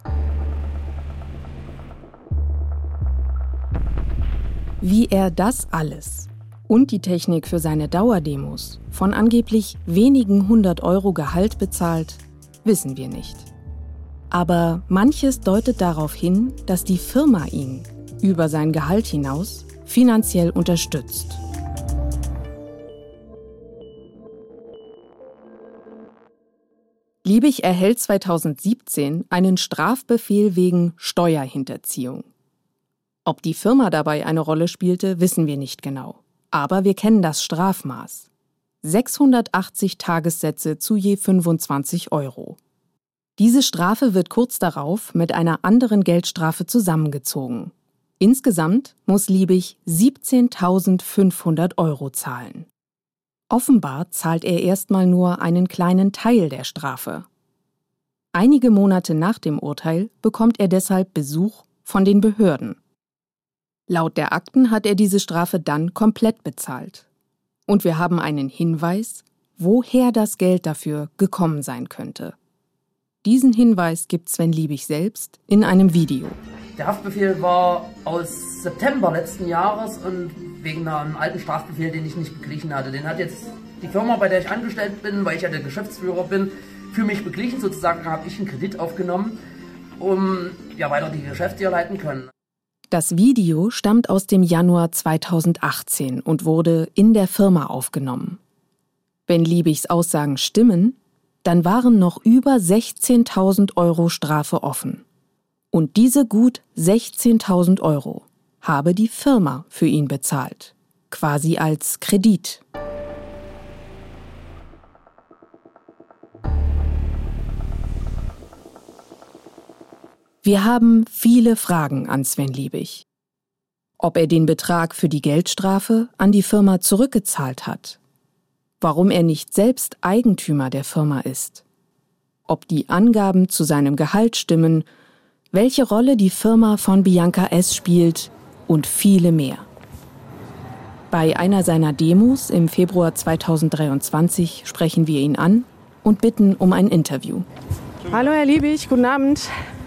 Wie er das alles und die Technik für seine Dauerdemos von angeblich wenigen hundert Euro Gehalt bezahlt, wissen wir nicht. Aber manches deutet darauf hin, dass die Firma ihn über sein Gehalt hinaus finanziell unterstützt. Liebig erhält zweitausendsiebzehn einen Strafbefehl wegen Steuerhinterziehung. Ob die Firma dabei eine Rolle spielte, wissen wir nicht genau. Aber wir kennen das Strafmaß. sechshundertachtzig Tagessätze zu je fünfundzwanzig Euro. Diese Strafe wird kurz darauf mit einer anderen Geldstrafe zusammengezogen. Insgesamt muss Liebig siebzehntausendfünfhundert Euro zahlen. Offenbar zahlt er erstmal nur einen kleinen Teil der Strafe. Einige Monate nach dem Urteil bekommt er deshalb Besuch von den Behörden. Laut der Akten hat er diese Strafe dann komplett bezahlt. Und wir haben einen Hinweis, woher das Geld dafür gekommen sein könnte. Diesen Hinweis gibt Sven Liebig selbst in einem Video. Der Haftbefehl war aus September letzten Jahres und wegen einem alten Strafbefehl, den ich nicht beglichen hatte. Den hat jetzt die Firma, bei der ich angestellt bin, weil ich ja der Geschäftsführer bin, für mich beglichen. Sozusagen habe ich einen Kredit aufgenommen, um ja weiter die Geschäfte hier leiten können. Das Video stammt aus dem Januar zweitausendachtzehn und wurde in der Firma aufgenommen. Wenn Liebigs Aussagen stimmen, dann waren noch über sechzehntausend Euro Strafe offen. Und diese gut sechzehntausend Euro habe die Firma für ihn bezahlt, quasi als Kredit. Wir haben viele Fragen an Sven Liebig. Ob er den Betrag für die Geldstrafe an die Firma zurückgezahlt hat, warum er nicht selbst Eigentümer der Firma ist, ob die Angaben zu seinem Gehalt stimmen, welche Rolle die Firma von Bianca S. spielt und viele mehr. Bei einer seiner Demos im Februar zweitausenddreiundzwanzig sprechen wir ihn an und bitten um ein Interview. Hallo Herr Liebig, guten Abend.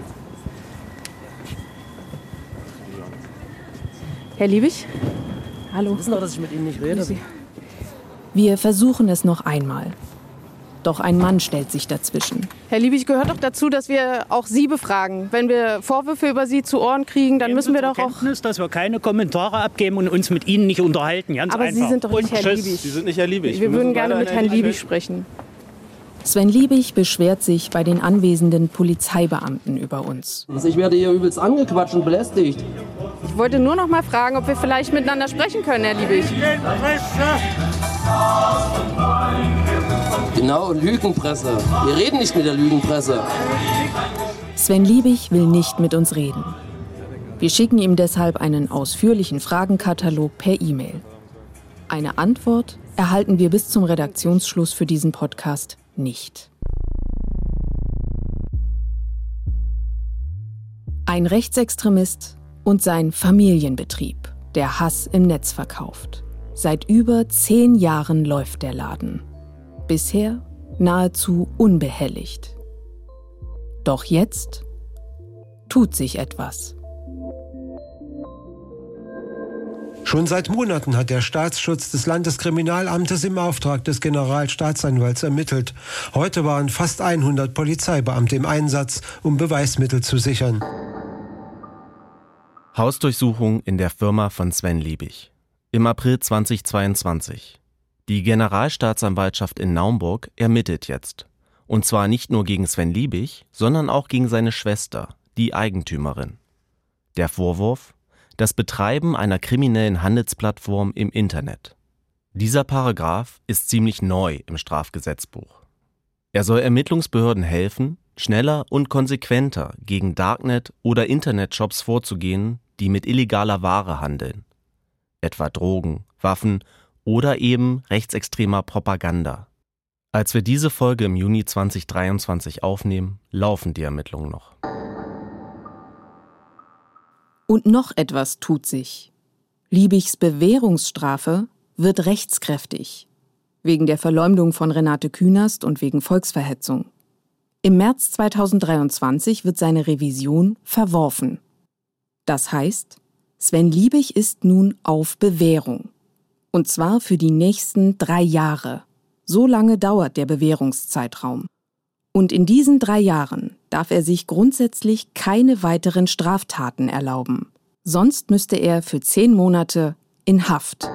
Herr Liebig? Hallo. Sie wissen doch, dass ich mit Ihnen nicht rede. Wir versuchen es noch einmal. Doch ein Mann stellt sich dazwischen. Herr Liebig, gehört doch dazu, dass wir auch Sie befragen. Wenn wir Vorwürfe über Sie zu Ohren kriegen, dann müssen wir doch auch... Kenntnis, dass wir keine Kommentare abgeben und uns mit Ihnen nicht unterhalten. Ganz Aber einfach. Sie sind doch nicht Herr Tschüss. Liebig. Sie sind nicht Herr Liebig. Wir, wir würden gerne mit Herrn Liebig sprechen. Sven Liebig beschwert sich bei den anwesenden Polizeibeamten über uns. Also ich werde hier übelst angequatscht und belästigt. Ich wollte nur noch mal fragen, ob wir vielleicht miteinander sprechen können, Herr Liebig. Genau, Lügenpresse. Wir reden nicht mit der Lügenpresse. Sven Liebig will nicht mit uns reden. Wir schicken ihm deshalb einen ausführlichen Fragenkatalog per E-Mail. Eine Antwort erhalten wir bis zum Redaktionsschluss für diesen Podcast nicht. Ein Rechtsextremist und sein Familienbetrieb, der Hass im Netz verkauft. Seit über zehn Jahren läuft der Laden. Bisher nahezu unbehelligt. Doch jetzt tut sich etwas. Schon seit Monaten hat der Staatsschutz des Landeskriminalamtes im Auftrag des Generalstaatsanwalts ermittelt. Heute waren fast hundert Polizeibeamte im Einsatz, um Beweismittel zu sichern. Hausdurchsuchung in der Firma von Sven Liebig. Im April zweitausendzweiundzwanzig. Die Generalstaatsanwaltschaft in Naumburg ermittelt jetzt. Und zwar nicht nur gegen Sven Liebig, sondern auch gegen seine Schwester, die Eigentümerin. Der Vorwurf: das Betreiben einer kriminellen Handelsplattform im Internet. Dieser Paragraph ist ziemlich neu im Strafgesetzbuch. Er soll Ermittlungsbehörden helfen, schneller und konsequenter gegen Darknet- oder Internetshops vorzugehen, die mit illegaler Ware handeln. Etwa Drogen, Waffen oder eben rechtsextremer Propaganda. Als wir diese Folge im Juni zweitausenddreiundzwanzig aufnehmen, laufen die Ermittlungen noch. Und noch etwas tut sich. Liebigs Bewährungsstrafe wird rechtskräftig. Wegen der Verleumdung von Renate Künast und wegen Volksverhetzung. Im März zweitausenddreiundzwanzig wird seine Revision verworfen. Das heißt, Sven Liebig ist nun auf Bewährung. Und zwar für die nächsten drei Jahre. So lange dauert der Bewährungszeitraum. Und in diesen drei Jahren darf er sich grundsätzlich keine weiteren Straftaten erlauben. Sonst müsste er für zehn Monate in Haft.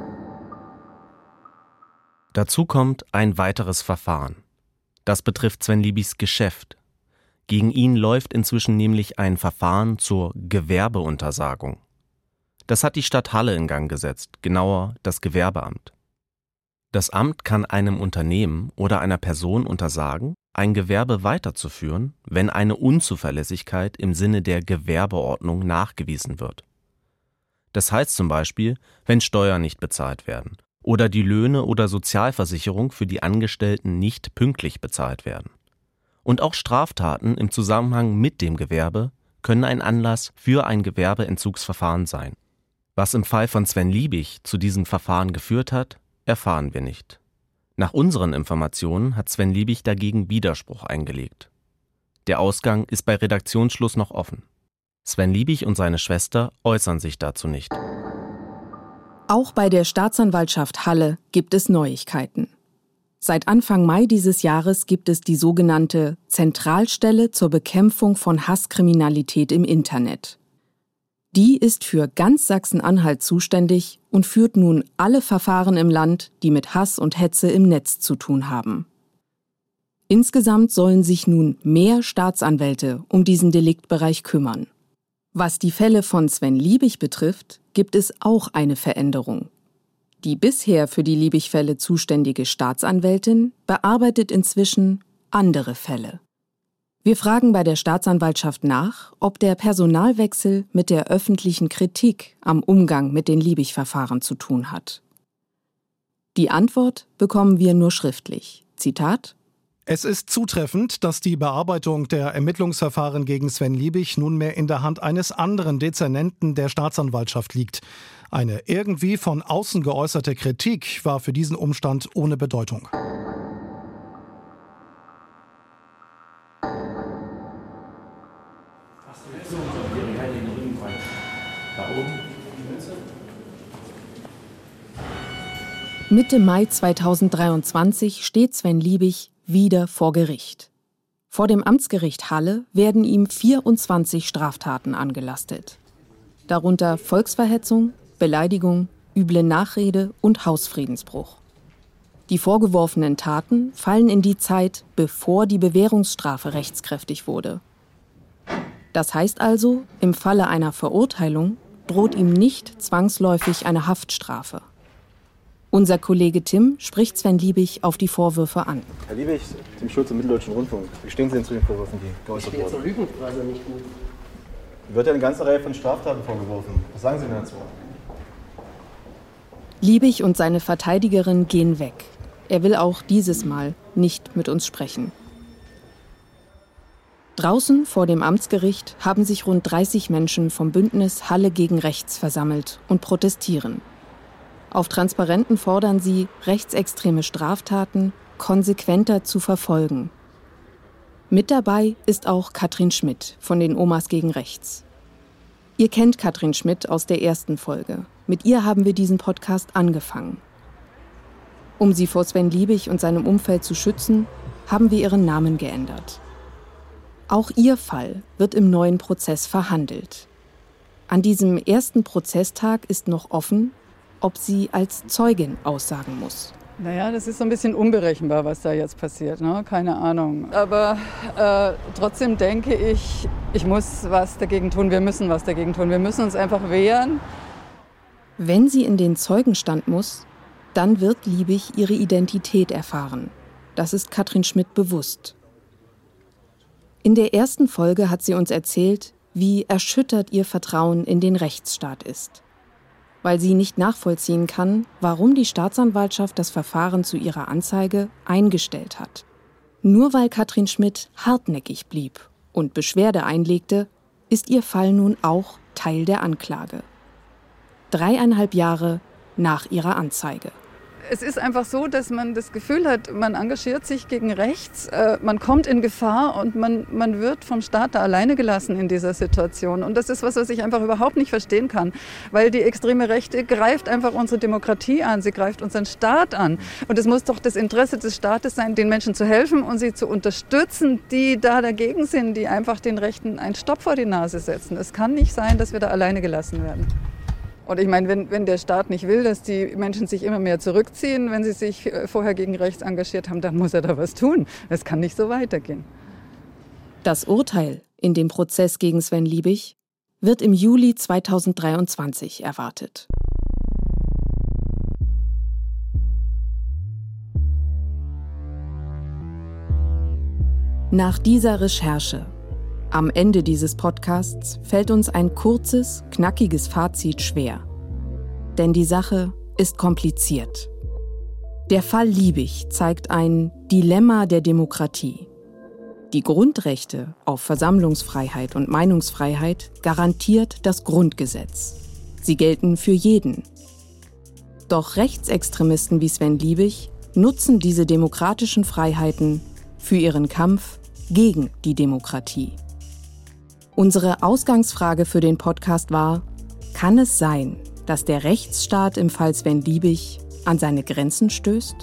Dazu kommt ein weiteres Verfahren. Das betrifft Sven Liebigs Geschäft. Gegen ihn läuft inzwischen nämlich ein Verfahren zur Gewerbeuntersagung. Das hat die Stadt Halle in Gang gesetzt, genauer das Gewerbeamt. Das Amt kann einem Unternehmen oder einer Person untersagen, ein Gewerbe weiterzuführen, wenn eine Unzuverlässigkeit im Sinne der Gewerbeordnung nachgewiesen wird. Das heißt zum Beispiel, wenn Steuern nicht bezahlt werden oder die Löhne oder Sozialversicherung für die Angestellten nicht pünktlich bezahlt werden. Und auch Straftaten im Zusammenhang mit dem Gewerbe können ein Anlass für ein Gewerbeentzugsverfahren sein. Was im Fall von Sven Liebig zu diesem Verfahren geführt hat, erfahren wir nicht. Nach unseren Informationen hat Sven Liebig dagegen Widerspruch eingelegt. Der Ausgang ist bei Redaktionsschluss noch offen. Sven Liebig und seine Schwester äußern sich dazu nicht. Auch bei der Staatsanwaltschaft Halle gibt es Neuigkeiten. Seit Anfang Mai dieses Jahres gibt es die sogenannte Zentralstelle zur Bekämpfung von Hasskriminalität im Internet. Die ist für ganz Sachsen-Anhalt zuständig und führt nun alle Verfahren im Land, die mit Hass und Hetze im Netz zu tun haben. Insgesamt sollen sich nun mehr Staatsanwälte um diesen Deliktbereich kümmern. Was die Fälle von Sven Liebig betrifft, gibt es auch eine Veränderung. Die bisher für die Liebig-Fälle zuständige Staatsanwältin bearbeitet inzwischen andere Fälle. Wir fragen bei der Staatsanwaltschaft nach, ob der Personalwechsel mit der öffentlichen Kritik am Umgang mit den Liebig-Verfahren zu tun hat. Die Antwort bekommen wir nur schriftlich. Zitat: Es ist zutreffend, dass die Bearbeitung der Ermittlungsverfahren gegen Sven Liebig nunmehr in der Hand eines anderen Dezernenten der Staatsanwaltschaft liegt. Eine irgendwie von außen geäußerte Kritik war für diesen Umstand ohne Bedeutung. Mitte Mai zweitausenddreiundzwanzig steht Sven Liebig wieder vor Gericht. Vor dem Amtsgericht Halle werden ihm vierundzwanzig Straftaten angelastet. Darunter Volksverhetzung, Beleidigung, üble Nachrede und Hausfriedensbruch. Die vorgeworfenen Taten fallen in die Zeit, bevor die Bewährungsstrafe rechtskräftig wurde. Das heißt also, im Falle einer Verurteilung droht ihm nicht zwangsläufig eine Haftstrafe. Unser Kollege Tim spricht Sven Liebig auf die Vorwürfe an. Herr Liebig, Tim Schulz im Mitteldeutschen Rundfunk. Wie stehen Sie denn zu den Vorwürfen, die geäußert wurden? Ich stehe zur Lügenpresse nicht gut. Mir wird ja eine ganze Reihe von Straftaten vorgeworfen. Was sagen Sie denn dazu? Liebig und seine Verteidigerin gehen weg. Er will auch dieses Mal nicht mit uns sprechen. Draußen vor dem Amtsgericht haben sich rund dreißig Menschen vom Bündnis Halle gegen Rechts versammelt und protestieren. Auf Transparenten fordern sie, rechtsextreme Straftaten konsequenter zu verfolgen. Mit dabei ist auch Katrin Schmidt von den Omas gegen Rechts. Ihr kennt Katrin Schmidt aus der ersten Folge. Mit ihr haben wir diesen Podcast angefangen. Um sie vor Sven Liebig und seinem Umfeld zu schützen, haben wir ihren Namen geändert. Auch ihr Fall wird im neuen Prozess verhandelt. An diesem ersten Prozesstag ist noch offen, ob sie als Zeugin aussagen muss. Naja, das ist so ein bisschen unberechenbar, was da jetzt passiert, ne? Keine Ahnung. Aber äh, trotzdem denke ich, ich muss was dagegen tun, wir müssen was dagegen tun. Wir müssen uns einfach wehren. Wenn sie in den Zeugenstand muss, dann wird Liebig ihre Identität erfahren. Das ist Katrin Schmidt bewusst. In der ersten Folge hat sie uns erzählt, wie erschüttert ihr Vertrauen in den Rechtsstaat ist. Weil sie nicht nachvollziehen kann, warum die Staatsanwaltschaft das Verfahren zu ihrer Anzeige eingestellt hat. Nur weil Katrin Schmidt hartnäckig blieb und Beschwerde einlegte, ist ihr Fall nun auch Teil der Anklage. Dreieinhalb Jahre nach ihrer Anzeige. Es ist einfach so, dass man das Gefühl hat, man engagiert sich gegen rechts, äh, man kommt in Gefahr und man, man wird vom Staat da alleine gelassen in dieser Situation. Und das ist was, was ich einfach überhaupt nicht verstehen kann, weil die extreme Rechte greift einfach unsere Demokratie an, sie greift unseren Staat an. Und es muss doch das Interesse des Staates sein, den Menschen zu helfen und sie zu unterstützen, die da dagegen sind, die einfach den Rechten einen Stopp vor die Nase setzen. Es kann nicht sein, dass wir da alleine gelassen werden. Und ich meine, wenn, wenn der Staat nicht will, dass die Menschen sich immer mehr zurückziehen, wenn sie sich vorher gegen rechts engagiert haben, dann muss er da was tun. Es kann nicht so weitergehen. Das Urteil in dem Prozess gegen Sven Liebig wird im Juli zweitausenddreiundzwanzig erwartet. Nach dieser Recherche am Ende dieses Podcasts fällt uns ein kurzes, knackiges Fazit schwer. Denn die Sache ist kompliziert. Der Fall Liebig zeigt ein Dilemma der Demokratie. Die Grundrechte auf Versammlungsfreiheit und Meinungsfreiheit garantiert das Grundgesetz. Sie gelten für jeden. Doch Rechtsextremisten wie Sven Liebig nutzen diese demokratischen Freiheiten für ihren Kampf gegen die Demokratie. Unsere Ausgangsfrage für den Podcast war: Kann es sein, dass der Rechtsstaat im Fall Sven Liebig an seine Grenzen stößt?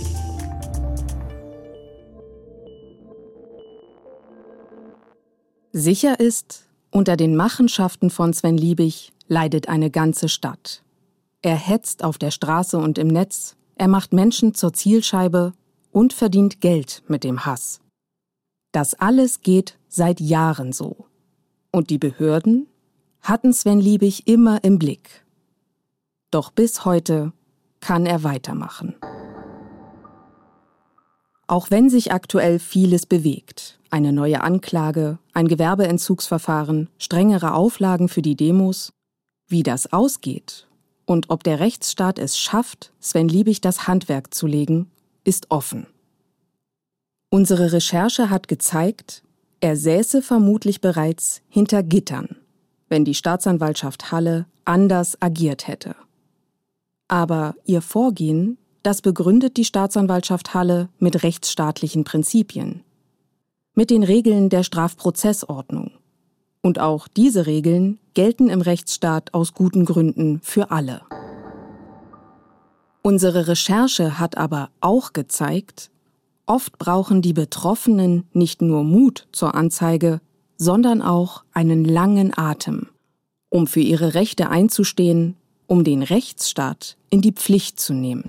Sicher ist, unter den Machenschaften von Sven Liebig leidet eine ganze Stadt. Er hetzt auf der Straße und im Netz, er macht Menschen zur Zielscheibe und verdient Geld mit dem Hass. Das alles geht seit Jahren so. Und die Behörden hatten Sven Liebig immer im Blick. Doch bis heute kann er weitermachen. Auch wenn sich aktuell vieles bewegt, eine neue Anklage, ein Gewerbeentzugsverfahren, strengere Auflagen für die Demos, wie das ausgeht und ob der Rechtsstaat es schafft, Sven Liebig das Handwerk zu legen, ist offen. Unsere Recherche hat gezeigt, er säße vermutlich bereits hinter Gittern, wenn die Staatsanwaltschaft Halle anders agiert hätte. Aber ihr Vorgehen, das begründet die Staatsanwaltschaft Halle mit rechtsstaatlichen Prinzipien, mit den Regeln der Strafprozessordnung. Und auch diese Regeln gelten im Rechtsstaat aus guten Gründen für alle. Unsere Recherche hat aber auch gezeigt, oft brauchen die Betroffenen nicht nur Mut zur Anzeige, sondern auch einen langen Atem, um für ihre Rechte einzustehen, um den Rechtsstaat in die Pflicht zu nehmen.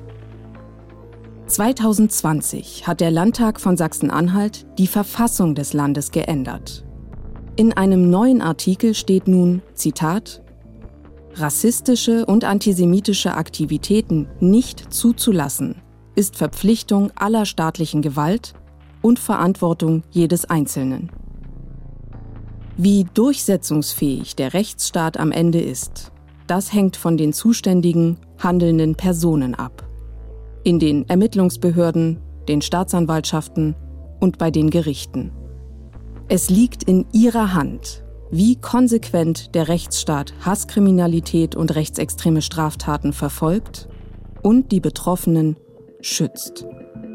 zweitausendzwanzig hat der Landtag von Sachsen-Anhalt die Verfassung des Landes geändert. In einem neuen Artikel steht nun, Zitat, rassistische und antisemitische Aktivitäten nicht zuzulassen, ist Verpflichtung aller staatlichen Gewalt und Verantwortung jedes Einzelnen. Wie durchsetzungsfähig der Rechtsstaat am Ende ist, das hängt von den zuständigen, handelnden Personen ab. In den Ermittlungsbehörden, den Staatsanwaltschaften und bei den Gerichten. Es liegt in ihrer Hand, wie konsequent der Rechtsstaat Hasskriminalität und rechtsextreme Straftaten verfolgt und die Betroffenen schützt.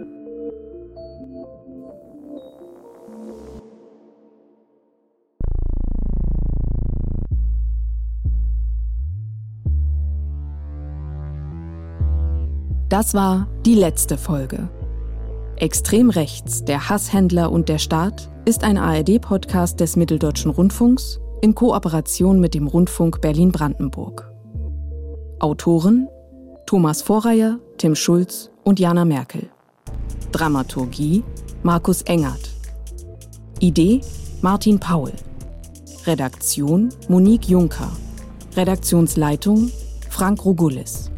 Das war die letzte Folge. Extrem rechts, der Hasshändler und der Staat ist ein A R D-Podcast des Mitteldeutschen Rundfunks in Kooperation mit dem Rundfunk Berlin-Brandenburg. Autoren Thomas Vorreyer, Tim Schulz und Jana Merkel. Dramaturgie Markus Engert. Idee Martin Paul. Redaktion Monique Juncker. Redaktionsleitung Frank Rogulis.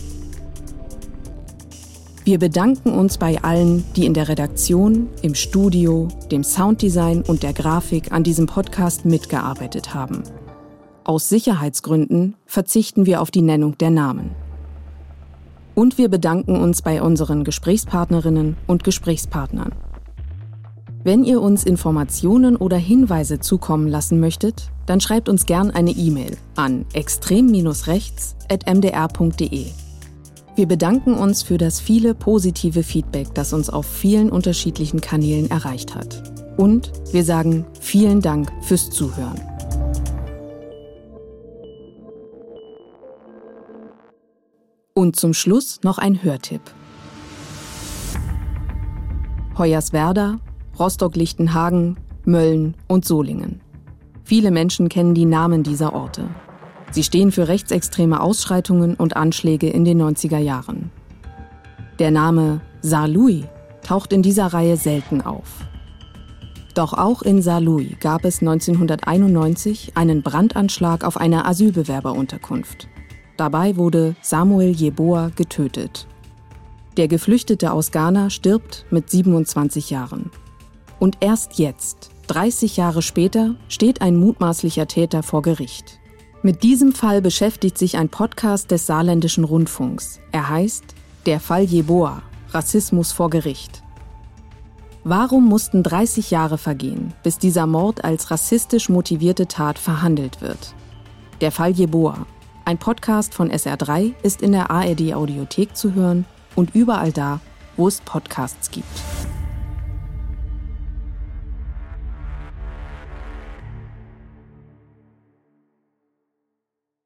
Wir bedanken uns bei allen, die in der Redaktion, im Studio, dem Sounddesign und der Grafik an diesem Podcast mitgearbeitet haben. Aus Sicherheitsgründen verzichten wir auf die Nennung der Namen. Und wir bedanken uns bei unseren Gesprächspartnerinnen und Gesprächspartnern. Wenn ihr uns Informationen oder Hinweise zukommen lassen möchtet, dann schreibt uns gern eine E-Mail an extrem rechts at m d r punkt d e. Wir bedanken uns für das viele positive Feedback, das uns auf vielen unterschiedlichen Kanälen erreicht hat. Und wir sagen vielen Dank fürs Zuhören. Und zum Schluss noch ein Hörtipp. Hoyerswerda, Rostock-Lichtenhagen, Mölln und Solingen. Viele Menschen kennen die Namen dieser Orte. Sie stehen für rechtsextreme Ausschreitungen und Anschläge in den neunziger Jahren. Der Name Saarlouis taucht in dieser Reihe selten auf. Doch auch in Saarlouis gab es neunzehnhunderteinundneunzig einen Brandanschlag auf eine Asylbewerberunterkunft. Dabei wurde Samuel Yeboah getötet. Der Geflüchtete aus Ghana stirbt mit siebenundzwanzig Jahren. Und erst jetzt, dreißig Jahre später, steht ein mutmaßlicher Täter vor Gericht. Mit diesem Fall beschäftigt sich ein Podcast des Saarländischen Rundfunks. Er heißt Der Fall Yeboah – Rassismus vor Gericht. Warum mussten dreißig Jahre vergehen, bis dieser Mord als rassistisch motivierte Tat verhandelt wird? Der Fall Yeboah, ein Podcast von S R drei, ist in der A R D Audiothek zu hören und überall da, wo es Podcasts gibt.